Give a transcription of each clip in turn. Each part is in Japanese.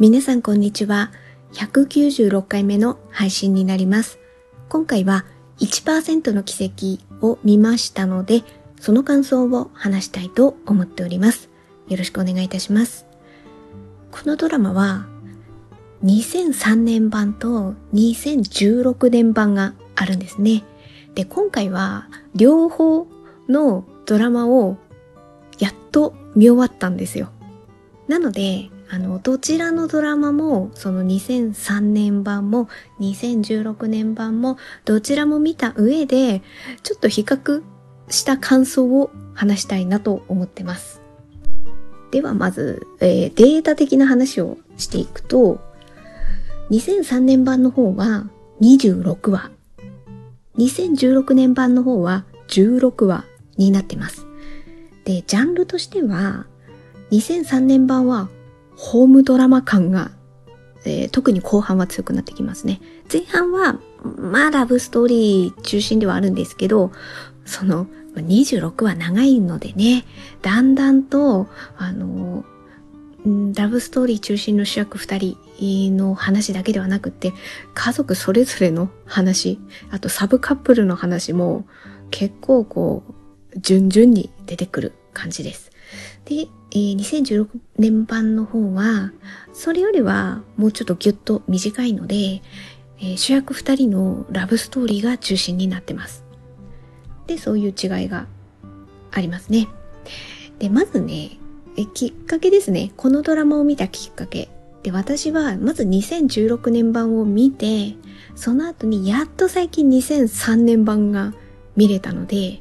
皆さんこんにちは。196回目の配信になります。今回は 1% の奇跡を見ましたので、その感想を話したいと思っております。よろしくお願いいたします。このドラマは2003年版と2016年版があるんですね。で、今回は両方のドラマをやっと見終わったんですよ。なので、どちらのドラマも、その2003年版も2016年版もどちらも見た上で、ちょっと比較した感想を話したいなと思ってます。ではまず、データ的な話をしていくと、2003年版の方は26話、2016年版の方は16話になってます。で、ジャンルとしては、2003年版はホームドラマ感が、特に後半は強くなってきますね。前半はラブストーリー中心ではあるんですけど、その26は長いのでね、だんだんとラブストーリー中心の主役2人の話だけではなくて、家族それぞれの話、あとサブカップルの話も結構順々に出てくる感じです。で、2016年版の方はそれよりはもうちょっとギュッと短いので、主役2人のラブストーリーが中心になってます。で、そういう違いがありますね。で、まずね、きっかけですね。このドラマを見たきっかけで、私はまず2016年版を見て、その後にやっと最近2003年版が見れたので、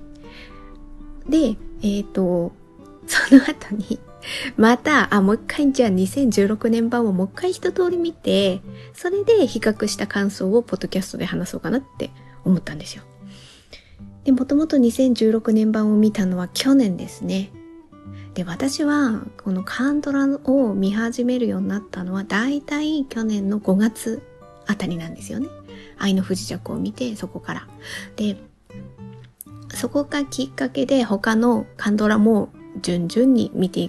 その後にまたもう一回じゃあ2016年版をもう一回一通り見て、それで比較した感想をポッドキャストで話そうかなって思ったんですよ。で、もともと2016年版を見たのは去年ですね。で、私はこのカンドラを見始めるようになったのはだいたい去年の5月あたりなんですよね。愛の不時着を見て、そこからで、そこがきっかけで他のカンドラも順々に見ていって、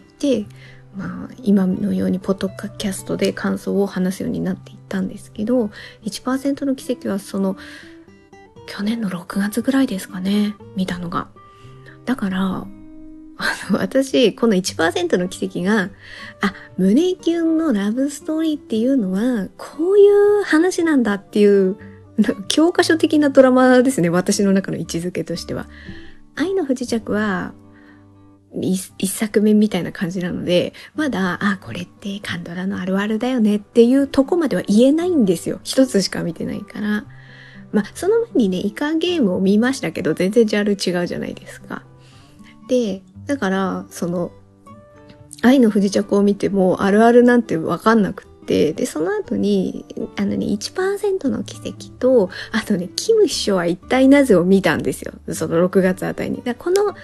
今のようにポッドキャストで感想を話すようになっていったんですけど、 1% の奇跡はその去年の6月ぐらいですかね、見たのが。だから私この 1% の奇跡が胸キュンのラブストーリーっていうのはこういう話なんだっていう教科書的なドラマですね、私の中の位置づけとしては。愛の不時着は一作目みたいな感じなので、まだこれってカンドラのあるあるだよねっていうとこまでは言えないんですよ。一つしか見てないから。その前にね、イカゲームを見ましたけど、全然ジャンル違うじゃないですか。で、だからその愛の不時着を見てもあるあるなんて分かんなくて、でその後に1% の奇跡とキム秘書は一体なぜを見たんですよ。その6月あたりに。この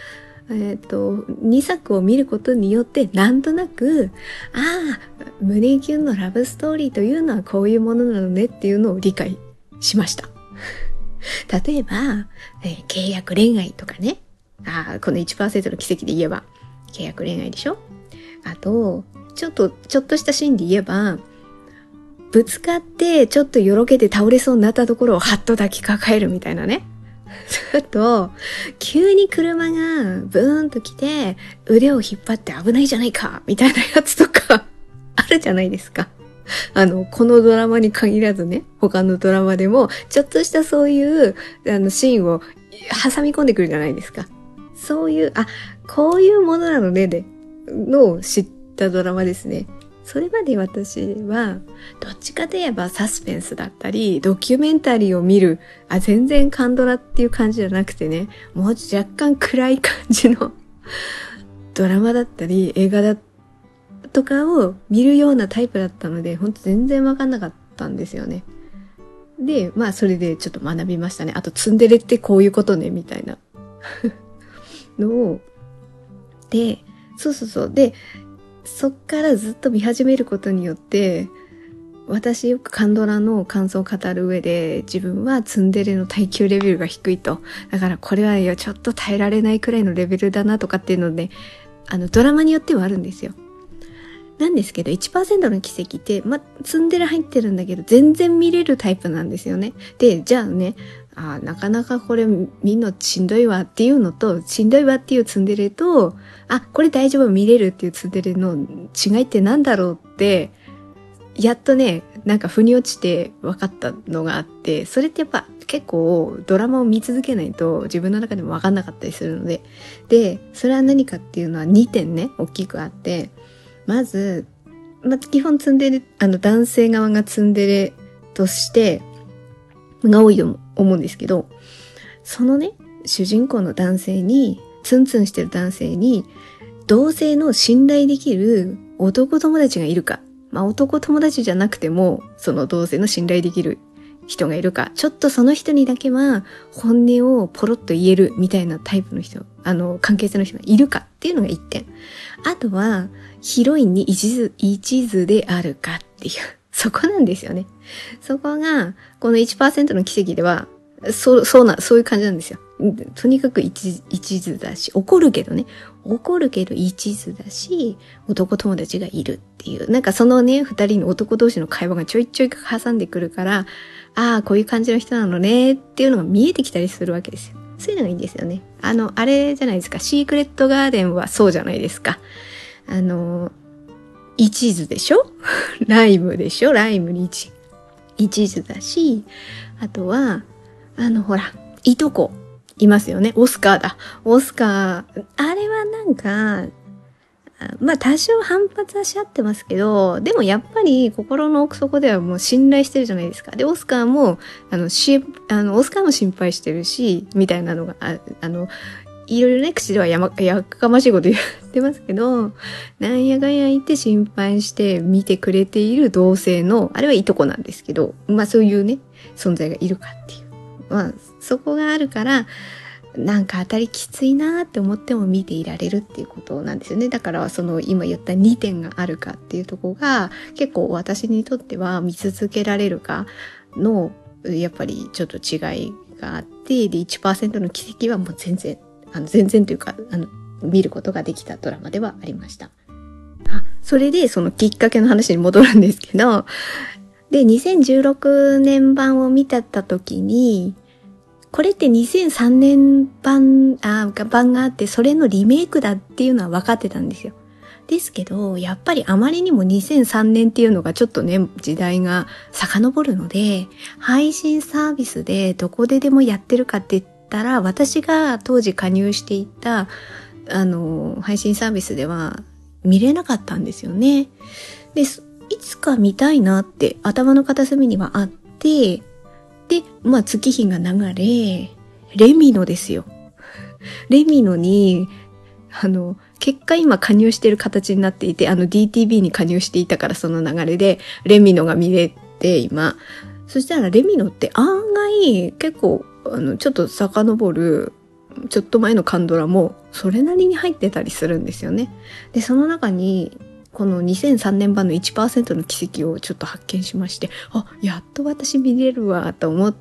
2作を見ることによってなんとなく胸キュンのラブストーリーというのはこういうものなのねっていうのを理解しました。例えば、契約恋愛とかね、この 1% の奇跡で言えば契約恋愛でしょ。あとちょっとしたシーンで言えば、ぶつかってちょっとよろけて倒れそうになったところをハッと抱きかかえるみたいなね。ちょっと急に車がブーンと来て腕を引っ張って危ないじゃないかみたいなやつとかあるじゃないですか。このドラマに限らずね、他のドラマでもちょっとしたそういうシーンを挟み込んでくるじゃないですか。そういうこういうものなのねのを知ったドラマですね。それまで私はどっちかといえばサスペンスだったりドキュメンタリーを見る全然カンドラっていう感じじゃなくてね、もう若干暗い感じのドラマだったり映画とかを見るようなタイプだったので、ほんと全然わかんなかったんですよね。で、それでちょっと学びましたね。あとツンデレってこういうことねみたいなのを。で、そうで、そっからずっと見始めることによって、私よくカンドラの感想を語る上で、自分はツンデレの耐久レベルが低いと。だからこれはちょっと耐えられないくらいのレベルだなとかっていうので、ドラマによってはあるんですよ。 なんですけど、1% の奇跡って、ツンデレ入ってるんだけど、全然見れるタイプなんですよね。で、じゃあね、なかなかこれ見んのしんどいわっていうのと、しんどいわっていうツンデレと、これ大丈夫見れるっていうツンデレの違いってなんだろうって、やっとね、なんか腑に落ちて分かったのがあって、それってやっぱ結構ドラマを見続けないと自分の中でも分かんなかったりするので、で、それは何かっていうのは2点ね、大きくあって、まず、基本ツンデレ、男性側がツンデレとしてが多いと思うんですけど、そのね、主人公の男性に、ツンツンしてる男性に、同性の信頼できる男友達がいるか、男友達じゃなくても、その同性の信頼できる人がいるか、ちょっとその人にだけは本音をポロッと言えるみたいなタイプの人、関係性の人がいるかっていうのが1点。あとは、ヒロインに一途であるかっていう、そこなんですよね。そこが、この 1% の奇跡では、そういう感じなんですよ。とにかく一途だし、怒るけど一途だし、男友達がいるっていう、なんかそのね、2人の男同士の会話がちょいちょい挟んでくるから、こういう感じの人なのねっていうのが見えてきたりするわけですよ。そういうのがいいんですよね。あれじゃないですか、シークレットガーデンはそうじゃないですか。一途でしょライムでしょ、ライムに一途だし、あとは、ほら、いとこいますよね。オスカーだ。オスカー、あれはなんか、多少反発はし合ってますけど、でもやっぱり心の奥底ではもう信頼してるじゃないですか。で、オスカーも、オスカーも心配してるし、みたいなのが、いろいろね、口ではやかましいこと言ってますけど、なんやがんや言って心配して見てくれている同性の、あれはいとこなんですけど、そういうね、存在がいるかっていう。そこがあるから、なんか当たりきついなって思っても見ていられるっていうことなんですよね。だからその今言った2点があるかっていうところが結構私にとっては見続けられるかのやっぱりちょっと違いがあって、で 1% の奇跡はもう全然というか見ることができたドラマではありました。それでそのきっかけの話に戻るんですけど、で2016年版を見た時に、これって2003年版があって、それのリメイクだっていうのは分かってたんですよ。ですけど、やっぱりあまりにも2003年っていうのがちょっとね、時代が遡るので、配信サービスでどこででもやってるかって言ったら、私が当時加入していた、配信サービスでは見れなかったんですよね。で、いつか見たいなって頭の片隅にはあって、で、月日が流れ、レミノですよ。レミノに、結果今加入してる形になっていて、DTV に加入していたからその流れで、レミノが見れて今。そしたらレミノって案外結構、ちょっと遡る、ちょっと前のカンドラもそれなりに入ってたりするんですよね。で、その中に、この2003年版の 1% の奇跡をちょっと発見しまして、やっと私見れるわと思って、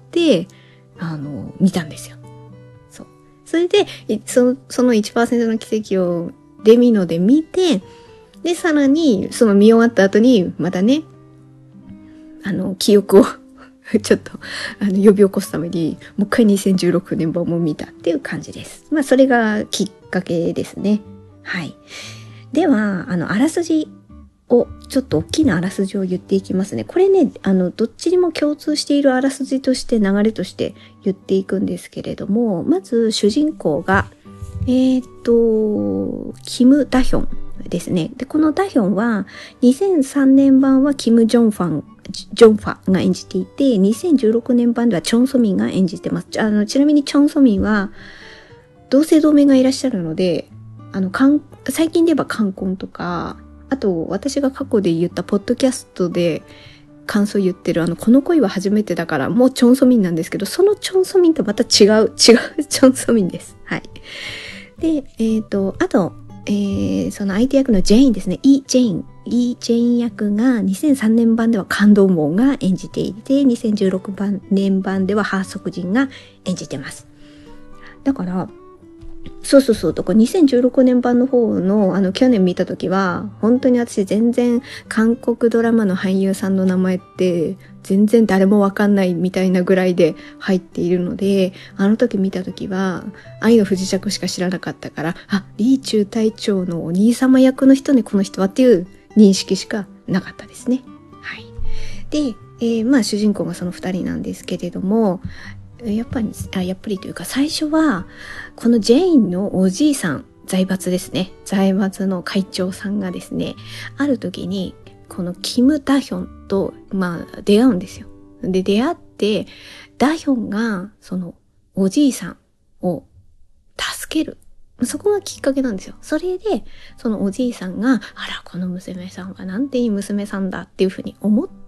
見たんですよ。そう。それで、その 1% の奇跡をレミノで見て、で、さらに、その見終わった後に、またね、記憶をちょっと、呼び起こすために、もう一回2016年版も見たっていう感じです。それがきっかけですね。はい。では、あらすじを、ちょっと大きなあらすじを言っていきますね。これね、どっちにも共通しているあらすじとして流れとして言っていくんですけれども、まず主人公が、キム・ダヒョンですね。で、このダヒョンは、2003年版はキム・ジョンファが演じていて、2016年版ではチョン・ソミンが演じてます。ちなみにチョン・ソミンは、同姓同名がいらっしゃるので、最近で言えば冠婚とか、あと私が過去で言ったポッドキャストで感想言ってるこの恋は初めてだからもうチョンソミンなんですけど、そのチョンソミンとまた違うチョンソミンです。はい。で、あと、その相手役のジェインですね。イ・ジェイン役が2003年版ではカンドウモンが演じていて、2016年版ではハーソクジンが演じてます。だから、 そうそうそう。とか2016年版の方の去年見た時は、本当に私全然韓国ドラマの俳優さんの名前って全然誰もわかんないみたいなぐらいで入っているので、あの時見た時は愛の不時着しか知らなかったから、あ、リーチュー隊長のお兄様役の人ね、この人はっていう認識しかなかったですね。はい。で、まあ主人公がその2人なんですけれども、やっぱりというか最初はこのジェインのおじいさん、財閥ですね、財閥の会長さんがですね、ある時にこのキム・ダヒョンと出会うんですよ。で出会って、ダヒョンがそのおじいさんを助ける、そこがきっかけなんですよ。それでそのおじいさんが、あらこの娘さんはなんていい娘さんだっていうふうに思って、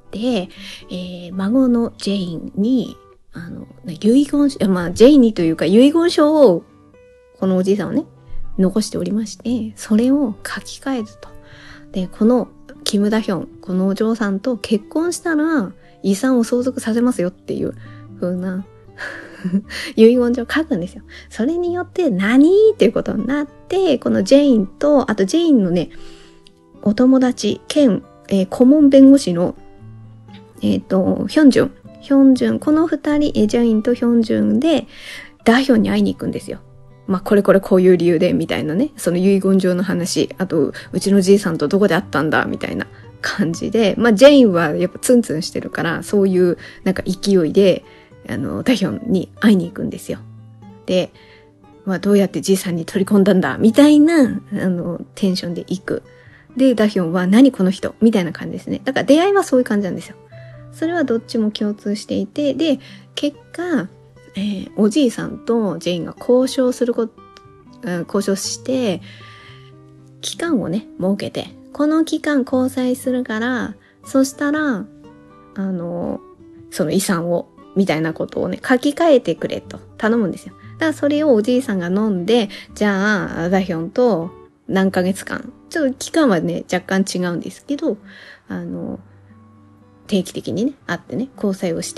孫のジェインに遺言書、ジェイにというか遺言書をこのおじいさんはね、残しておりまして、それを書き換えると。で、このキム・ダヒョン、このお嬢さんと結婚したら遺産を相続させますよっていう風な遺言書を書くんですよ。それによって何っていうことになって、このジェインと、あとジェインのね、お友達兼、顧問弁護士のヒョンジュン、この二人、ジャインとヒョンジュンで、ダヒョンに会いに行くんですよ。これこういう理由で、みたいなね、その遺言状の話、あと、うちのじいさんとどこで会ったんだ、みたいな感じで、ジェインはやっぱツンツンしてるから、そういうなんか勢いで、ダヒョンに会いに行くんですよ。で、どうやってじいさんに取り込んだんだ、みたいな、テンションで行く。で、ダヒョンは何この人、みたいな感じですね。だから出会いはそういう感じなんですよ。それはどっちも共通していて、で、結果、おじいさんとジェインが交渉して、期間をね、設けて、この期間交際するから、そしたら、その遺産を、みたいなことをね、書き換えてくれと頼むんですよ。だからそれをおじいさんが飲んで、じゃあ、ダヒョンと何ヶ月間、ちょっと期間はね、若干違うんですけど、定期的にね、会ってね、交際をして。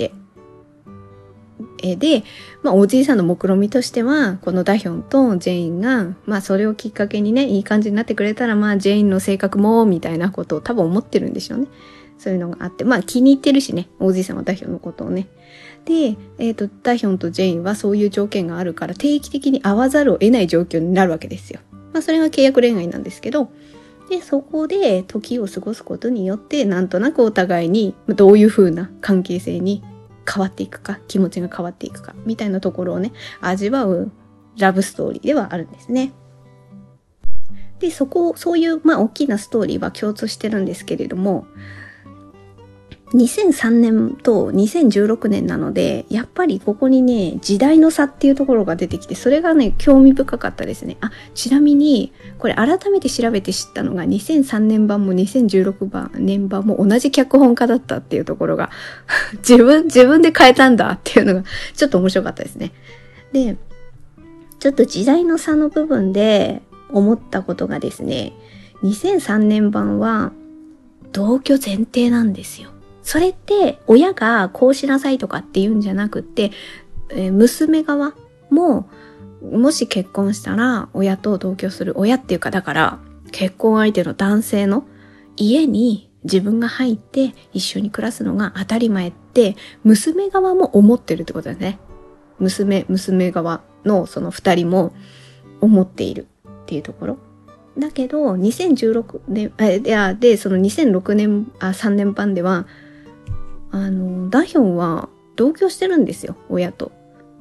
で、おじいさんの目論見みとしては、このダヒョンとジェインが、それをきっかけにね、いい感じになってくれたら、ジェインの性格も、みたいなことを多分思ってるんでしょうね。そういうのがあって、気に入ってるしね、おじいさんはダヒョンのことをね。で、ダヒョンとジェインはそういう条件があるから、定期的に会わざるを得ない状況になるわけですよ。それが契約恋愛なんですけど、で、そこで時を過ごすことによって、なんとなくお互いにどういう風な関係性に変わっていくか、気持ちが変わっていくか、みたいなところをね、味わうラブストーリーではあるんですね。で、そういう、大きなストーリーは共通してるんですけれども、2003年と2016年なので、やっぱりここにね、時代の差っていうところが出てきて、それがね、興味深かったですね。ちなみに、これ改めて調べて知ったのが、2003年版も2016年版も同じ脚本家だったっていうところが、自分で変えたんだっていうのが、ちょっと面白かったですね。で、ちょっと時代の差の部分で思ったことがですね、2003年版は同居前提なんですよ。それって親がこうしなさいとかって言うんじゃなくって、娘側ももし結婚したら親と同居する、親っていうかだから結婚相手の男性の家に自分が入って一緒に暮らすのが当たり前って娘側も思ってるってことですね。娘側のその二人も思っているっていうところ。だけど2016年でその2006年3年版ではダヒョンは同居してるんですよ、親と。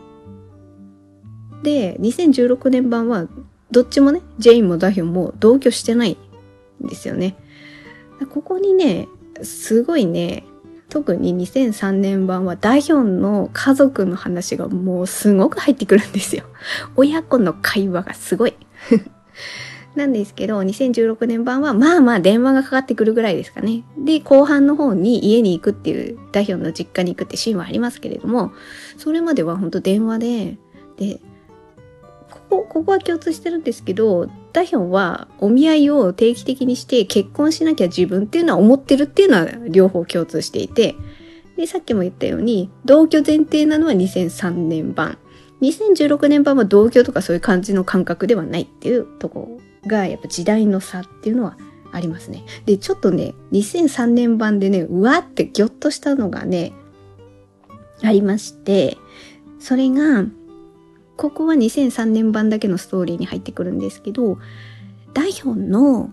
で、2016年版はどっちもね、ジェインもダヒョンも同居してないんですよね。ここにね、すごいね、特に2003年版はダヒョンの家族の話がもうすごく入ってくるんですよ。親子の会話がすごい。なんですけど、2016年版は電話がかかってくるぐらいですかね。で、後半の方に家に行くっていう、ダヒョンの実家に行くってシーンはありますけれども、それまでは本当電話で、ここは共通してるんですけど、ダヒョンはお見合いを定期的にして結婚しなきゃ自分っていうのは思ってるっていうのは両方共通していて、で、さっきも言ったように、同居前提なのは2003年版。 2016年版は同居とかそういう感じの感覚ではないっていうところが、やっぱ時代の差っていうのはありますね。で、ちょっとね、2003年版でね、うわってギョッとしたのがね、ありまして、それが、ここは2003年版だけのストーリーに入ってくるんですけど、ダヒョンの、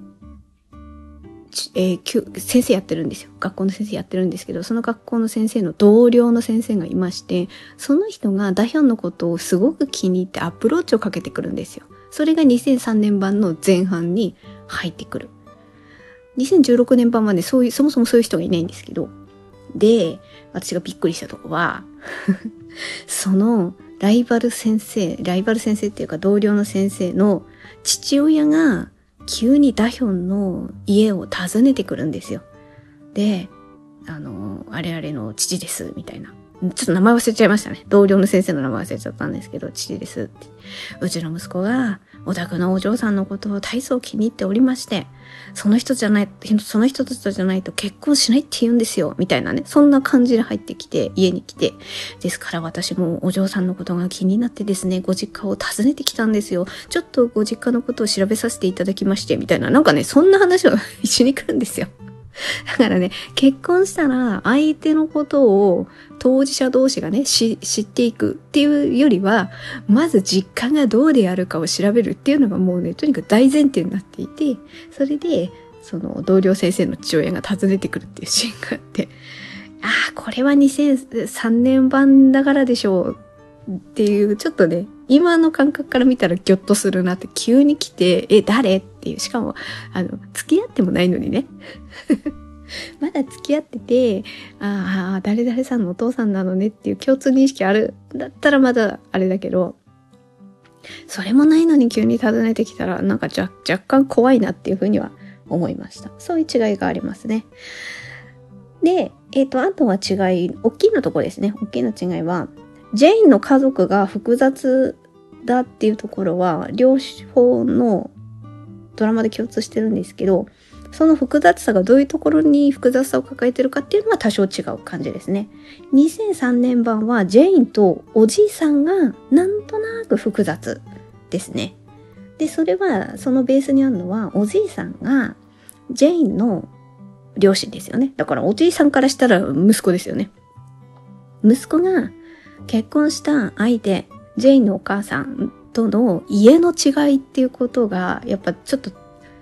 先生やってるんですよ。学校の先生やってるんですけど、その学校の先生の同僚の先生がいまして、その人がダヒョンのことをすごく気に入ってアプローチをかけてくるんですよ。それが2003年版の前半に入ってくる。2016年版はね、そもそもそういう人がいないんですけど、で、私がびっくりしたとこは、そのライバル先生っていうか同僚の先生の父親が急にダヒョンの家を訪ねてくるんですよ。で、あれあれの父です、みたいな。ちょっと名前忘れちゃいましたね。同僚の先生の名前忘れちゃったんですけど、父ですって。うちの息子がお宅のお嬢さんのことを大層気に入っておりまして、その人とじゃないと結婚しないって言うんですよ、みたいなね。そんな感じで入ってきて、家に来て。ですから私もお嬢さんのことが気になってですね、ご実家を訪ねてきたんですよ。ちょっとご実家のことを調べさせていただきまして、みたいな。なんかね、そんな話を一緒に来るんですよ。だからね、結婚したら相手のことを当事者同士がね、知っていくっていうよりは、まず実家がどうであるかを調べるっていうのがもうね、とにかく大前提になっていて、それで、その同僚先生の父親が訪ねてくるっていうシーンがあって、これは2003年版だからでしょうっていう、ちょっとね、今の感覚から見たらギョッとするなって急に来て、誰っていう、しかも、付き合ってもないのにね。まだ付き合ってて、誰々さんのお父さんなのねっていう共通認識ある。だったらまだあれだけど、それもないのに急に訪ねてきたら、なんか若干怖いなっていうふうには思いました。そういう違いがありますね。で、あとは違い、大きなところですね。大きな違いは、ジェインの家族が複雑だっていうところは、両方のドラマで共通してるんですけど、その複雑さがどういうところに複雑さを抱えてるかっていうのは多少違う感じですね。2003年版はジェインとおじいさんがなんとなく複雑ですね。で、それは、そのベースにあるのは、おじいさんがジェインの両親ですよね。だからおじいさんからしたら息子ですよね。息子が結婚した相手、ジェインのお母さんとの家の違いっていうことが、やっぱちょっと、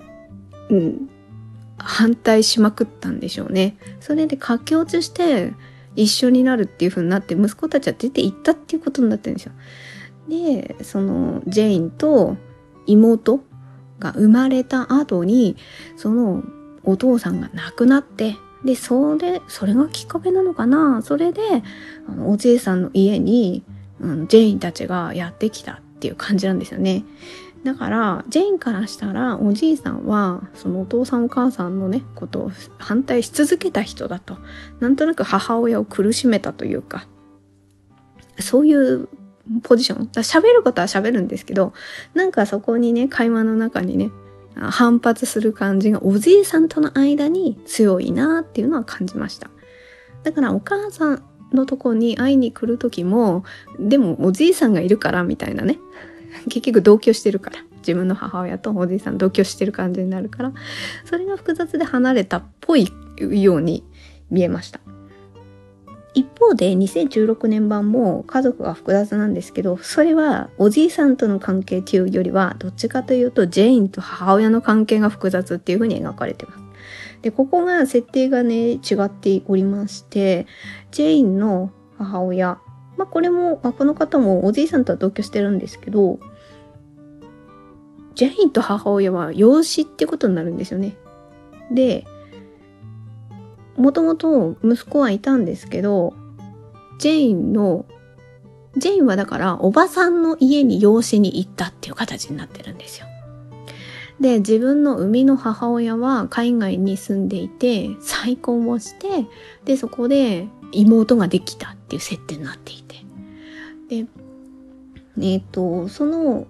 反対しまくったんでしょうね。それで駆け落ちして一緒になるっていう風になって、息子たちは出て行ったっていうことになってるんですよ。で、そのジェインと妹が生まれた後に、そのお父さんが亡くなって、で、それがきっかけなのかな。それで、おじいさんの家に、ジェインたちがやってきたっていう感じなんですよね。だから、ジェインからしたら、おじいさんは、そのお父さんお母さんのね、ことを反対し続けた人だと。なんとなく母親を苦しめたというか、そういうポジション。喋ることは喋るんですけど、なんかそこにね、会話の中にね、反発する感じがおじいさんとの間に強いなっていうのは感じました。だからお母さんのとこに会いに来る時も、でもおじいさんがいるからみたいなね。結局同居してるから。自分の母親とおじいさん同居してる感じになるから、それが複雑で離れたっぽいように見えました。一方で2016年版も家族が複雑なんですけど、それはおじいさんとの関係というよりは、どっちかというとジェインと母親の関係が複雑っていう風に描かれてます。で、ここが設定がね、違っておりまして、ジェインの母親、これも、この方もおじいさんとは同居してるんですけど、ジェインと母親は養子ってことになるんですよね。で、もともと息子はいたんですけど、ジェインはだからおばさんの家に養子に行ったっていう形になってるんですよ。で、自分の生みの母親は海外に住んでいて、再婚をして、で、そこで妹ができたっていう設定になっていて。で、その、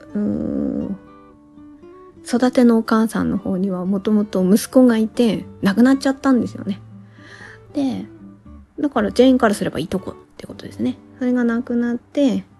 育てのお母さんの方にはもともと息子がいて亡くなっちゃったんですよね。で、だからジェインからすればいとこってことですね。それが亡くなって、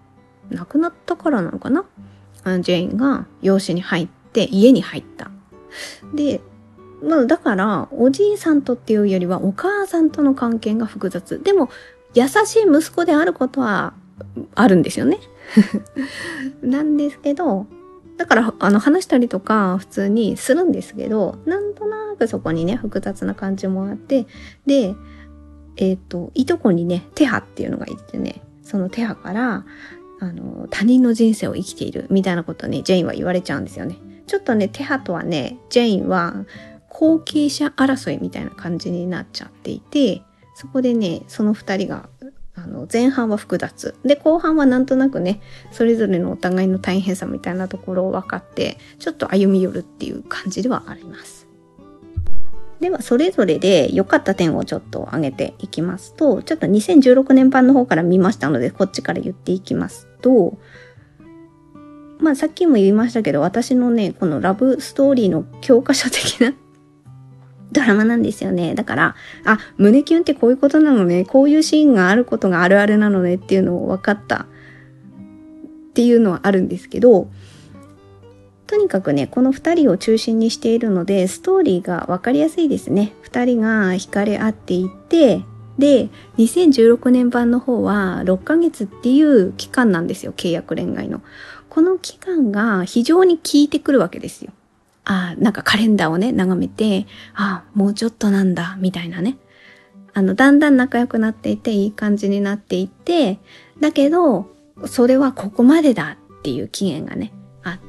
亡くなったからなのかな、ジェインが養子に入って家に入った。で、だからおじいさんとっていうよりはお母さんとの関係が複雑。でも優しい息子であることはあるんですよね。なんですけど、だから話したりとか普通にするんですけど、なんとなくそこにね複雑な感じもあって、でいとこにねテハっていうのがいてね、そのテハから他人の人生を生きているみたいなことにジェインは言われちゃうんですよね。ちょっとねテハとはねジェインは後継者争いみたいな感じになっちゃっていて、そこでねその二人が前半は複雑で、後半はなんとなくねそれぞれのお互いの大変さみたいなところを分かってちょっと歩み寄るっていう感じではあります。ではそれぞれで良かった点をちょっと挙げていきますと、ちょっと2016年版の方から見ましたのでこっちから言っていきますと、さっきも言いましたけど、私のねこのラブストーリーの教科書的なドラマなんですよね。だから胸キュンってこういうことなのね、こういうシーンがあることがあるあるなのねっていうのを分かったっていうのはあるんですけど、とにかくねこの2人を中心にしているのでストーリーが分かりやすいですね。2人が惹かれ合っていて、で2016年版の方は6ヶ月っていう期間なんですよ、契約恋愛の。この期間が非常に効いてくるわけですよ。なんかカレンダーをね眺めて、もうちょっとなんだみたいなね、だんだん仲良くなっていていい感じになっていって、だけどそれはここまでだっていう期限がねあって、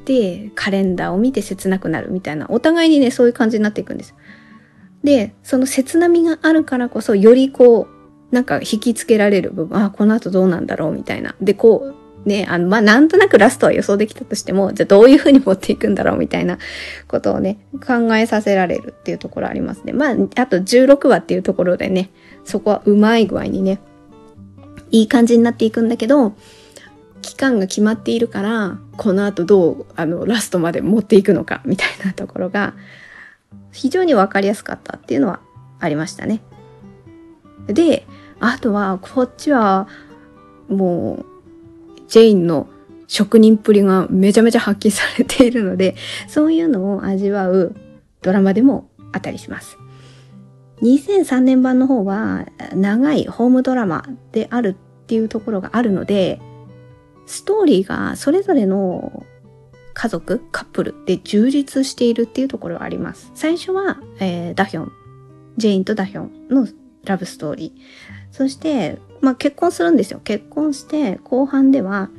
カレンダーを見て切なくなるみたいな、お互いにねそういう感じになっていくんです。でその切なみがあるからこそよりなんか引きつけられる部分、この後どうなんだろうみたいな、でね、なんとなくラストは予想できたとしても、じゃあどういう風に持っていくんだろうみたいなことをね、考えさせられるっていうところありますね。あと16話っていうところでね、そこはうまい具合にね、いい感じになっていくんだけど、期間が決まっているから、この後どう、ラストまで持っていくのかみたいなところが、非常にわかりやすかったっていうのはありましたね。で、あとは、こっちは、もう、ジェインの職人っぷりがめちゃめちゃ発揮されているので、そういうのを味わうドラマでもあったりします。2003年版の方は長いホームドラマであるっていうところがあるので、ストーリーがそれぞれの家族、カップルで充実しているっていうところがあります。最初は、ダヒョン、ジェインとダヒョンのラブストーリー。そして、結婚するんですよ。結婚して後半では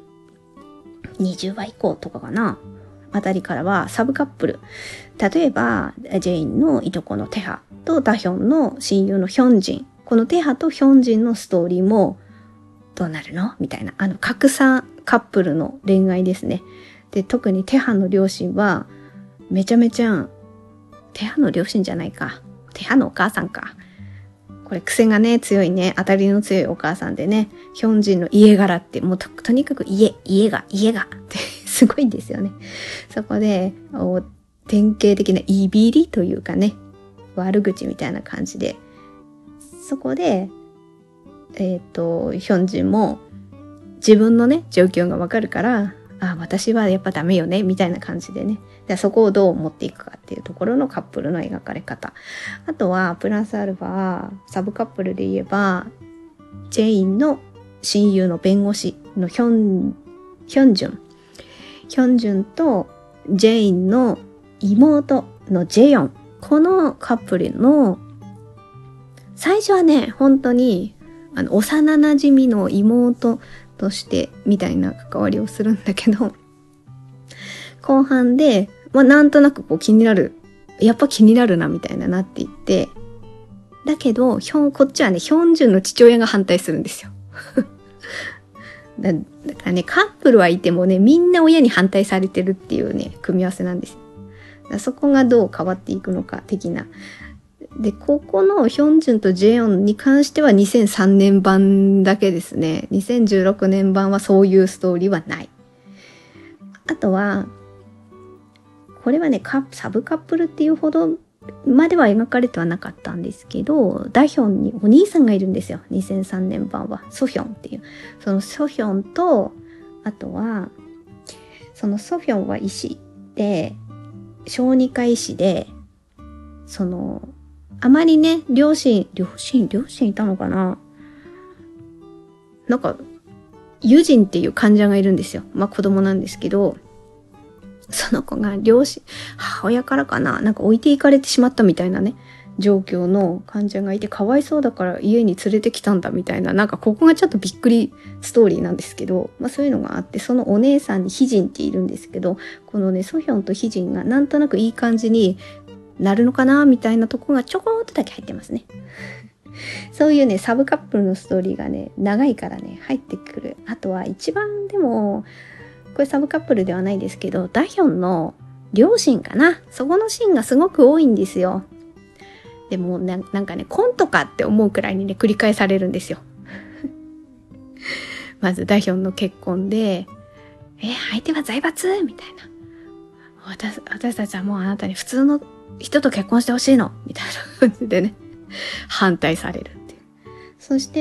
20話以降とかかなあたりからはサブカップル、例えばジェインのいとこのテハとダヒョンの親友のヒョンジン、このテハとヒョンジンのストーリーもどうなるのみたいな、格差カップルの恋愛ですね。で特にテハの両親はめちゃめちゃ、テハの両親じゃないか、テハのお母さんか、これ癖がね強いね、当たりの強いお母さんでね、ヒョンジンの家柄ってもう とにかく家がってすごいんですよね。そこで典型的ないびりというかね、悪口みたいな感じで、そこでヒョンジンも自分のね状況がわかるから、私はやっぱダメよねみたいな感じでね、でそこをどう持っていくかっていうところのカップルの描かれ方。あとはプラスアルファサブカップルで言えば、ジェインの親友の弁護士のヒョンジュンとジェインの妹のジェヨン、このカップルの最初はね本当に幼馴染の妹としてみたいな関わりをするんだけど、後半でなんとなく気になる、やっぱ気になるなみたいななっていって、だけどこっちはねヒョンジュンの父親が反対するんですよ。だからねカップルはいてもねみんな親に反対されてるっていうね組み合わせなんですよ。そこがどう変わっていくのか的な。でここのヒョンジュンとジェヨンに関しては2003年版だけですね。2016年版はそういうストーリーはない。あとはこれはねサブカップルっていうほどまでは描かれてはなかったんですけど、ダヒョンにお兄さんがいるんですよ。2003年版はソヒョンっていう、そのソヒョンとあとは、そのソフィョンは医師で、小児科医師で、あまりね、両親いたのかな？なんか、ユジンっていう患者がいるんですよ。まあ子供なんですけど、その子が母親からかな、なんか置いていかれてしまったみたいなね、状況の患者がいて、かわいそうだから家に連れてきたんだみたいな、なんかここがちょっとびっくりストーリーなんですけど、まあそういうのがあって、そのお姉さんにヒジンっているんですけど、このね、ソヒョンとヒジンがなんとなくいい感じになるのかなみたいなとこがちょこっとだけ入ってますね。そういうね、サブカップルのストーリーがね、長いからね、入ってくる。あとは一番でも、これサブカップルではないですけど、ダヒョンの両親かな。そこのシーンがすごく多いんですよ。でもなんかね、コントかって思うくらいにね、繰り返されるんですよ。まずダヒョンの結婚で、相手は財閥みたいな。私たちはもうあなたに普通の人と結婚してほしいのみたいな感じでね、反対されるっていう。そして、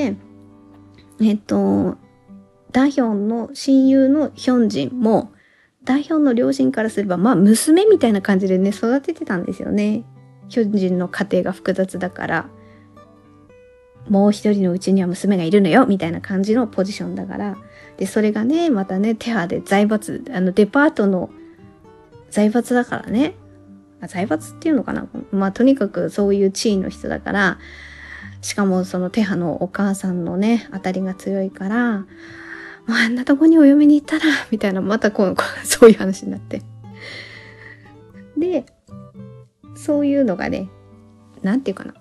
ダヒョンの親友のヒョンジンも、ダヒョンの両親からすれば、まあ娘みたいな感じでね、育ててたんですよね。ヒョンジンの家庭が複雑だから、もう一人のうちには娘がいるのよ、みたいな感じのポジションだから。で、それがね、またね、テハで財閥、デパートの財閥だからね。財閥っていうのかな？まあ、とにかくそういう地位の人だから、しかもそのテハのお母さんのね、当たりが強いから、もうあんなとこにお嫁に行ったら、みたいな、またそういう話になって。で、そういうのがね、なんていうかな。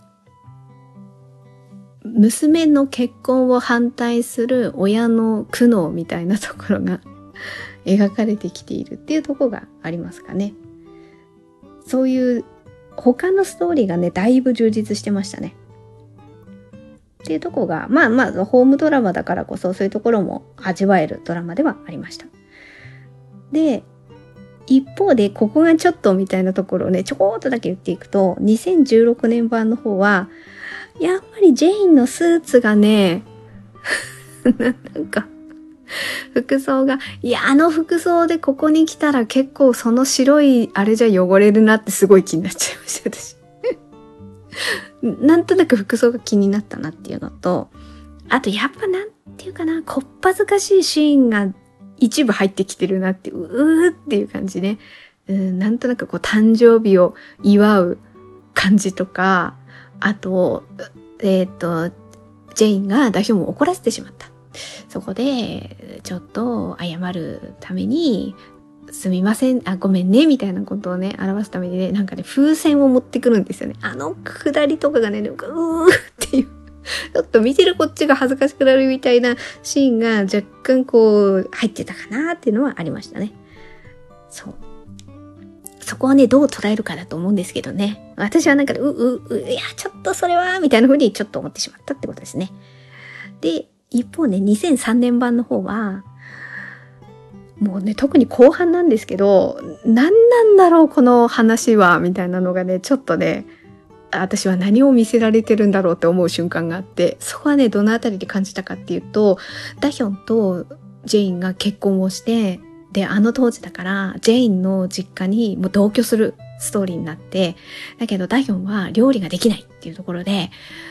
娘の結婚を反対する親の苦悩みたいなところが描かれてきているっていうところがありますかね。そういう他のストーリーがね、だいぶ充実してましたね。っていうところが、まあ、ホームドラマだからこそそういうところも味わえるドラマではありました。で、一方でここがちょっとみたいなところをね、ちょこっとだけ言っていくと、2016年版の方は、やっぱりジェインのスーツがね、なんか、服装が、いや、あの服装でここに来たら結構その白いあれじゃ汚れるなってすごい気になっちゃいました、私。なんとなく服装が気になったなっていうのと、あとやっぱなんていうかな、こっぱずかしいシーンが一部入ってきてるなってうーっていう感じね。なんとなくこう誕生日を祝う感じとか、あと、ジェインが代表も怒らせてしまった。そこで、ちょっと謝るために、すみません、ごめんね、みたいなことをね、表すためにね、なんかね、風船を持ってくるんですよね。あのくだりとかがね、うーっていう、ちょっと見てるこっちが恥ずかしくなるみたいなシーンが若干こう、入ってたかなっていうのはありましたね。そう。そこはね、どう捉えるかだと思うんですけどね。私はなんか、いや、ちょっとそれは、みたいな風にちょっと思ってしまったってことですね。で、一方ね、2003年版の方は、もうね、特に後半なんですけど、何なんだろう、この話は、みたいなのがね、ちょっとね、私は何を見せられてるんだろうって思う瞬間があって、そこはね、どのあたりで感じたかっていうと、ダヒョンとジェインが結婚をして、で、あの当時だから、ジェインの実家にもう同居するストーリーになって、だけどダヒョンは料理ができないっていうところで、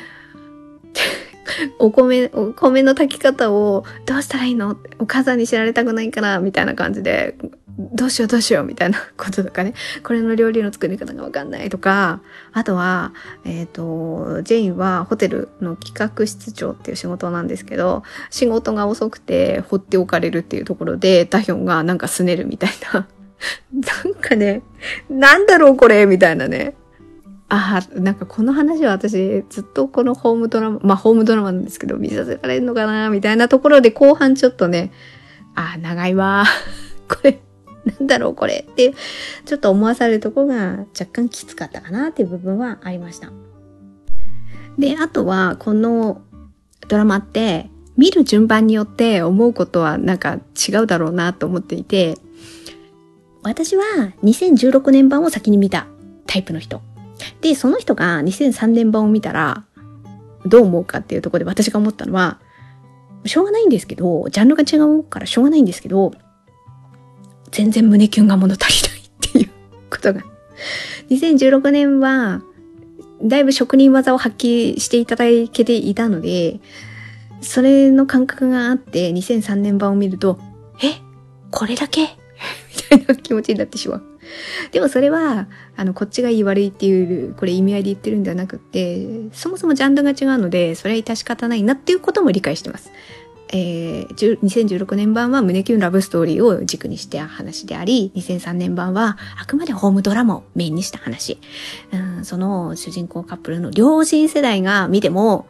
お米の炊き方をどうしたらいいの？お母さんに知られたくないから、みたいな感じで、どうしよう、みたいなこととかね。これの料理の作り方がわかんないとか、あとは、ジェインはホテルの企画室長っていう仕事なんですけど、仕事が遅くて放っておかれるっていうところで、ダヒョンがなんか拗ねるみたいな。なんかね、なんだろうこれみたいなね。なんかこの話は私ずっとこのホームドラマなんですけど見させられるのかなみたいなところで後半ちょっとね、長いわ。これ、なんだろうこれってちょっと思わされるところが若干きつかったかなっていう部分はありました。で、あとはこのドラマって見る順番によって思うことはなんか違うだろうなと思っていて、私は2016年版を先に見たタイプの人。で、その人が2003年版を見たらどう思うかっていうところで私が思ったのは、 しょうがないんですけど、ジャンルが違うからしょうがないんですけど、全然胸キュンが物足りないっていうことが。2016年は、だいぶ職人技を発揮していただけていたので、それの感覚があって、2003年版を見ると、これだけみたいな気持ちになってしまう。でもそれは、こっちがいい悪いっていう、これ意味合いで言ってるんではなくって、そもそもジャンルが違うので、それは致し方ないなっていうことも理解してます。2016年版は胸キュンラブストーリーを軸にした話であり、2003年版はあくまでホームドラマをメインにした話。その主人公カップルの両親世代が見ても、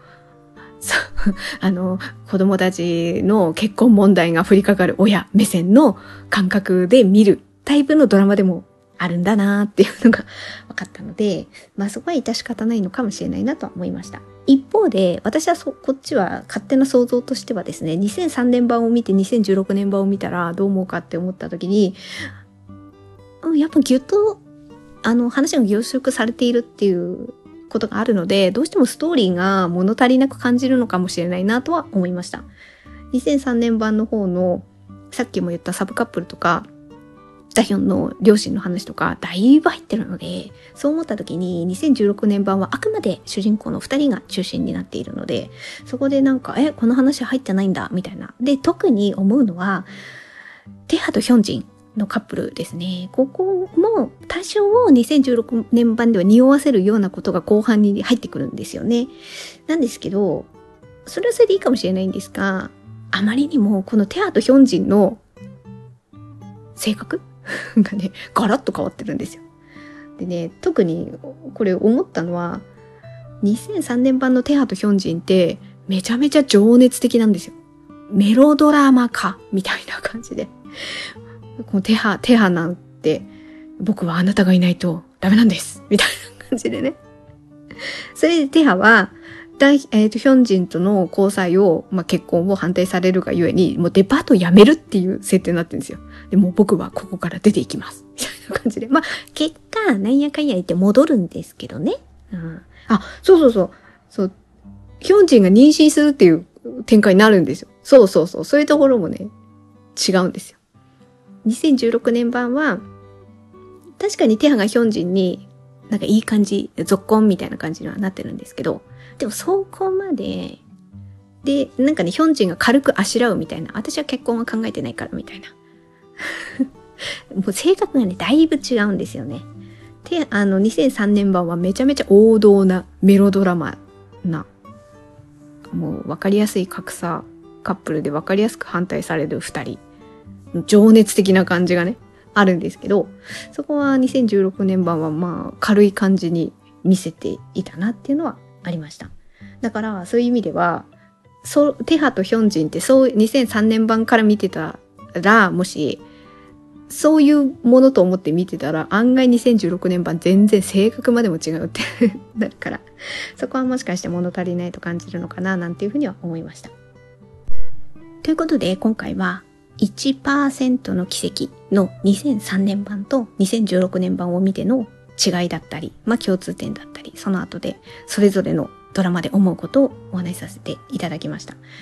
子供たちの結婚問題が降りかかる親目線の感覚で見るタイプのドラマでもあるんだなっていうのが分かったので、そこは致し方ないのかもしれないなと思いました。一方で、私はこっちは勝手な想像としてはですね、2003年版を見て2016年版を見たらどう思うかって思った時に、やっぱギュッと、話が凝縮されているっていうことがあるので、どうしてもストーリーが物足りなく感じるのかもしれないなとは思いました。2003年版の方の、さっきも言ったサブカップルとか、ダヒョンの両親の話とかだいぶ入ってるので、そう思った時に2016年版はあくまで主人公の2人が中心になっているので、そこでこの話入ってないんだみたいな。で、特に思うのはテハとヒョンジンのカップルですね。ここも多少2016年版では匂わせるようなことが後半に入ってくるんですよね。なんですけど、それはそれでいいかもしれないんですが、あまりにもこのテハとヒョンジンの性格がね、ガラッと変わってるんですよ。でね、特にこれ思ったのは、2003年版のテハとヒョンジンってめちゃめちゃ情熱的なんですよ。メロドラマ化みたいな感じで。このテハなんて、僕はあなたがいないとダメなんですみたいな感じでね。それでテハは、ヒョンジンとの交際を、結婚を反対されるがゆえに、もうデパートを辞めるっていう設定になってるんですよ。で、もう僕はここから出ていきます。みたいな感じで。結果、なんやかんや言って戻るんですけどね。そう。ヒョンジンが妊娠するっていう展開になるんですよ。そう。そういうところもね、違うんですよ。2016年版は、確かにテハがヒョンジンに、いい感じ、ゾッコンみたいな感じにはなってるんですけど、でもそこまで、で、ヒョンジンが軽くあしらうみたいな、私は結婚は考えてないからみたいな。もう性格がね、だいぶ違うんですよね。で、2003年版はめちゃめちゃ王道なメロドラマな、もう分かりやすい格差カップルで分かりやすく反対される二人、情熱的な感じがね、あるんですけど、そこは2016年版は軽い感じに見せていたなっていうのはありました。だからそういう意味では、テハとヒョンジンって2003年版から見てたら、もしそういうものと思って見てたら、案外2016年版全然性格までも違うってなるから、そこはもしかして物足りないと感じるのかななんていうふうには思いました。ということで今回は1% の奇跡の2003年版と2016年版を見ての違いだったり、共通点だったり、その後でそれぞれのドラマで思うことをお話しさせていただきました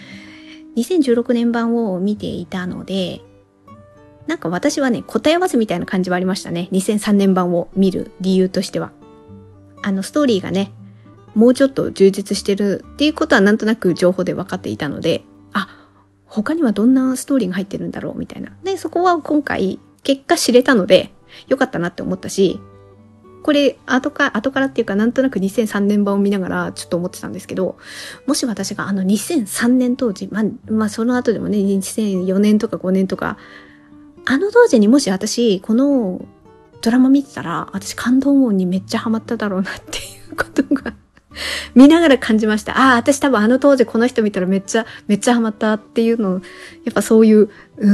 。2016年版を見ていたので、私はね、答え合わせみたいな感じはありましたね。2003年版を見る理由としては。ストーリーがね、もうちょっと充実してるっていうことはなんとなく情報で分かっていたので、他にはどんなストーリーが入ってるんだろうみたいな。で、そこは今回結果知れたのでよかったなって思ったし、これ後からっていうかなんとなく2003年版を見ながらちょっと思ってたんですけど、もし私が2003年当時、その後でもね、2004年とか5年とか、当時にもし私このドラマ見てたら、私感動音にめっちゃハマっただろうなっていうことが見ながら感じました。私多分当時この人見たらめっちゃハマったっていうの、やっぱそういう、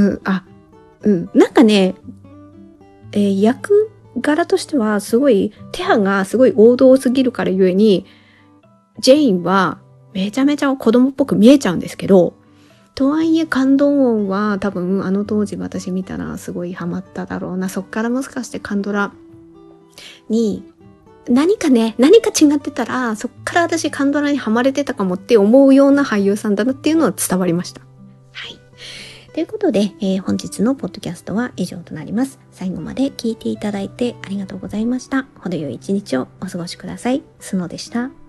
役柄としてはすごい、テハがすごい王道すぎるからゆえに、ジェインはめちゃめちゃ子供っぽく見えちゃうんですけど、とはいえ感動音は多分当時私見たらすごいハマっただろうな。そっからもしかしてカンドラに何か違ってたら、そっから私カンドラにハマれてたかもって思うような俳優さんだなっていうのは伝わりました。 ということで、本日のポッドキャストは以上となります。最後まで聞いていただいてありがとうございました。程よい一日をお過ごしください。スノでした。